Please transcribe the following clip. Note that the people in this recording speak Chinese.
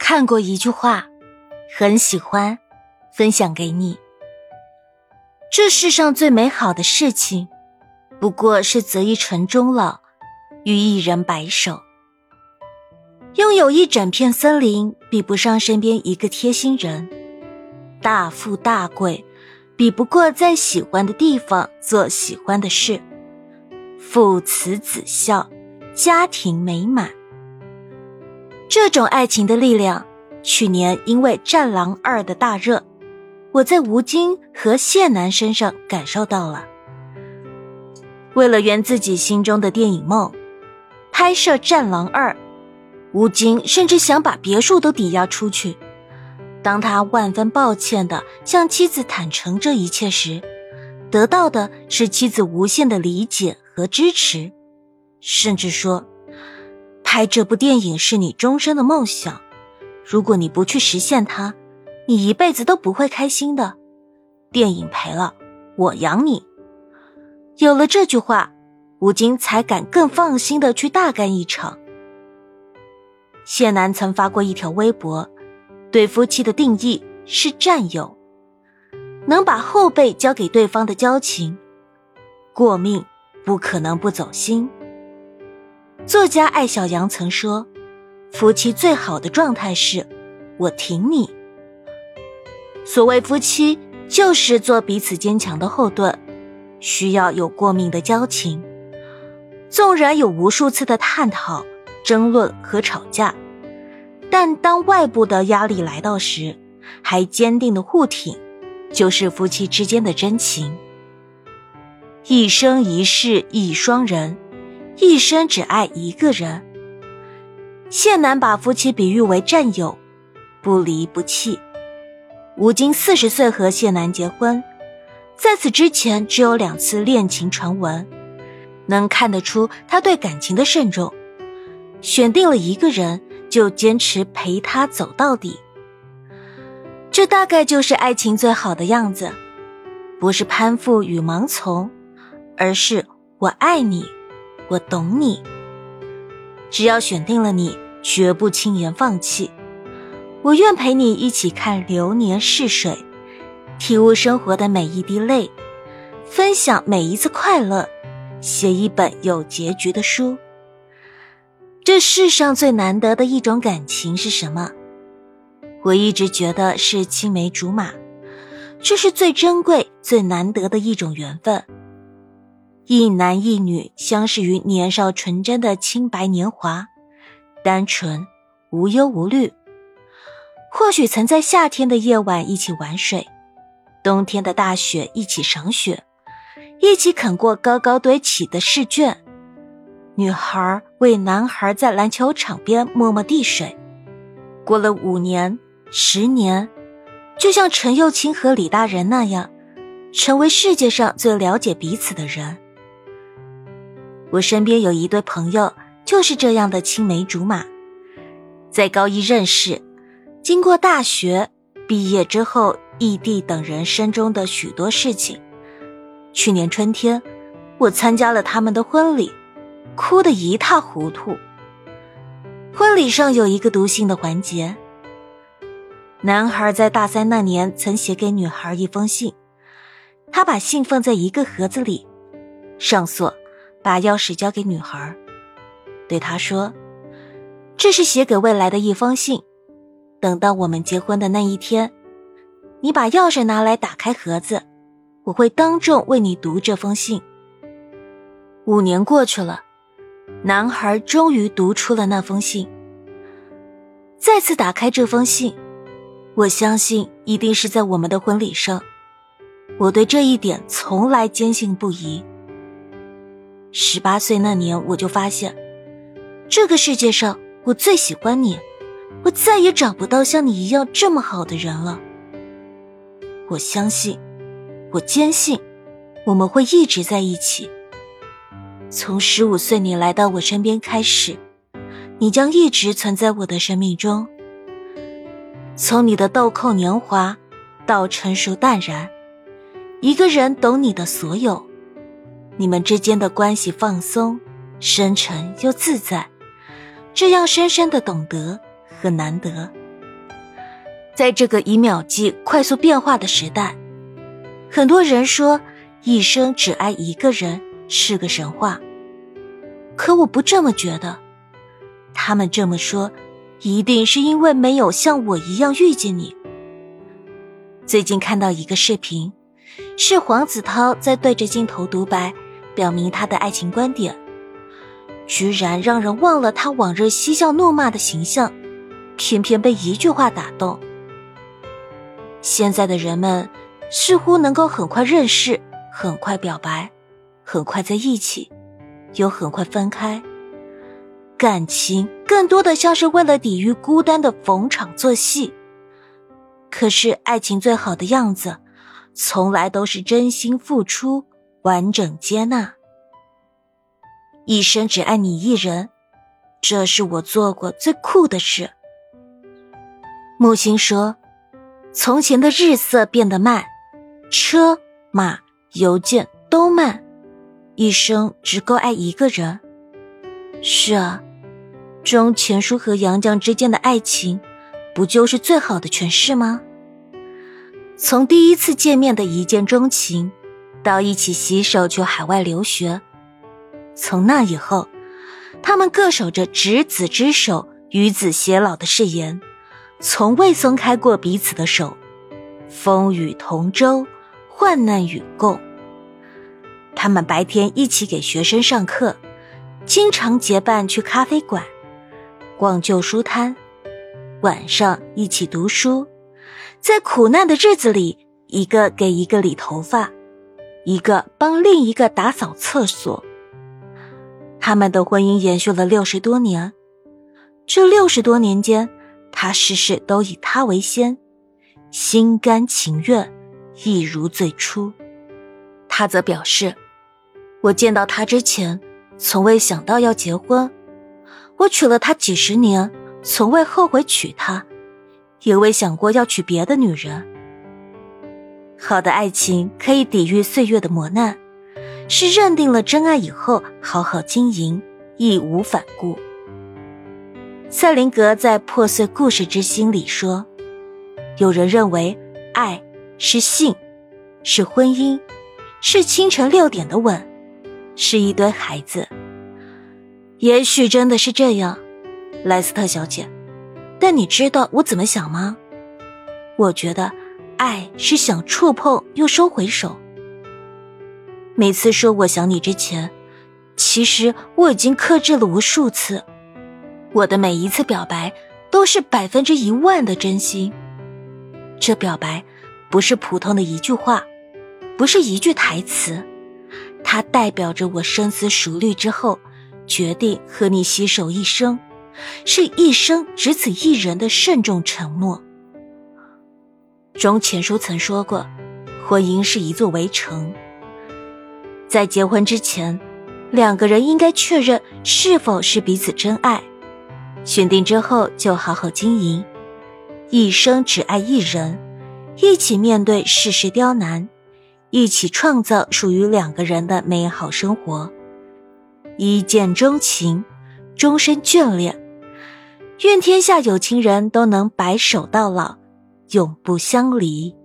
看过一句话，很喜欢，分享给你。这世上最美好的事情，不过是择一城终老，与一人白首。拥有一整片森林，比不上身边一个贴心人；大富大贵，比不过在喜欢的地方做喜欢的事；父慈子孝，家庭美满。这种爱情的力量，去年因为《战狼2》的大热，我在吴京和谢楠身上感受到了。为了圆自己心中的电影梦，拍摄《战狼2》，吴京甚至想把别墅都抵押出去。当他万分抱歉地向妻子坦诚这一切时，得到的是妻子无限的理解和支持，甚至说，拍这部电影是你终身的梦想，如果你不去实现它，你一辈子都不会开心的。电影赔了，我养你。有了这句话，吴京才敢更放心地去大干一场。谢楠曾发过一条微博，对夫妻的定义是战友，能把后背交给对方的交情，过命不可能不走心。作家艾小阳曾说，夫妻最好的状态是我挺你。所谓夫妻，就是做彼此坚强的后盾，需要有过命的交情。纵然有无数次的探讨、争论和吵架，但当外部的压力来到时，还坚定的护挺，就是夫妻之间的真情。一生一世一双人，一生只爱一个人。谢楠把夫妻比喻为战友，不离不弃。吴京40岁和谢楠结婚，在此之前只有2次恋情传闻，能看得出他对感情的慎重，选定了一个人就坚持陪他走到底。这大概就是爱情最好的样子，不是攀附与盲从，而是我爱你，我懂你。只要选定了你，绝不轻言放弃。我愿陪你一起看流年逝水，体悟生活的每一滴泪，分享每一次快乐，写一本有结局的书。这世上最难得的一种感情是什么？我一直觉得是青梅竹马，这是最珍贵最难得的一种缘分。一男一女相识于年少纯真的清白年华，单纯无忧无虑。或许曾在夏天的夜晚一起玩水，冬天的大雪一起赏雪，一起啃过高高堆起的试卷。女孩为男孩在篮球场边默默递水。过了5年10年，就像陈幼卿和李大人那样，成为世界上最了解彼此的人。我身边有一对朋友就是这样的青梅竹马，在高一认识，经过大学毕业之后异地等人生中的许多事情，去年春天我参加了他们的婚礼，哭得一塌糊涂。婚礼上有一个读信的环节，男孩在大3那年曾写给女孩一封信，他把信放在一个盒子里，上锁，把钥匙交给女孩，对她说，这是写给未来的一封信，等到我们结婚的那一天，你把钥匙拿来打开盒子，我会当众为你读这封信。5年过去了，男孩终于读出了那封信。再次打开这封信，我相信一定是在我们的婚礼上，我对这一点从来坚信不疑。18岁那年我就发现，这个世界上我最喜欢你，我再也找不到像你一样这么好的人了。我相信，我坚信，我们会一直在一起。从15岁你来到我身边开始，你将一直存在我的生命中。从你的豆蔻年华到成熟淡然，一个人懂你的所有，你们之间的关系放松、深沉又自在，这样深深的懂得和难得。 在这个以秒计快速变化的时代，很多人说一生只爱一个人是个神话，可我不这么觉得。他们这么说，一定是因为没有像我一样遇见你。最近看到一个视频，是黄子韬在对着镜头独白，表明他的爱情观点，居然让人忘了他往日嬉笑怒骂的形象，偏偏被一句话打动。现在的人们似乎能够很快认识，很快表白，很快在一起，又很快分开。感情更多的像是为了抵御孤单的逢场作戏。可是爱情最好的样子，从来都是真心付出，完整接纳。一生只爱你一人，这是我做过最酷的事。木星说，从前的日色变得慢，车马邮件都慢，一生只够爱一个人。是啊，钟钱书和杨绛之间的爱情不就是最好的诠释吗？从第一次见面的一见钟情，到一起携手去海外留学，从那以后，他们各守着执子之手，与子偕老的誓言，从未松开过彼此的手，风雨同舟，患难与共。他们白天一起给学生上课，经常结伴去咖啡馆，逛旧书摊，晚上一起读书，在苦难的日子里，一个给一个理头发，一个帮另一个打扫厕所。他们的婚姻延续了60多年，这60多年间，他事事都以他为先，心甘情愿，一如最初。他则表示，我见到他之前，从未想到要结婚，我娶了她几十年，从未后悔娶她，也未想过要娶别的女人。好的爱情可以抵御岁月的磨难，是认定了真爱以后好好经营，义无反顾。塞林格在《破碎故事之心》里说，有人认为爱是性，是婚姻，是清晨6点的吻，是一堆孩子。也许真的是这样，莱斯特小姐，但你知道我怎么想吗？我觉得爱是想触碰又收回手。每次说我想你之前，其实我已经克制了无数次，我的每一次表白都是10000%的真心。这表白不是普通的一句话，不是一句台词，它代表着我深思熟虑之后决定和你携手一生，是一生只此一人的慎重承诺。钟钱书曾说过，婚姻是一座围城，在结婚之前，2个人应该确认是否是彼此真爱，选定之后就好好经营，一生只爱一人，一起面对世事刁难，一起创造属于2个人的美好生活。一见钟情，终身眷恋，愿天下有情人都能白首到老，永不相离。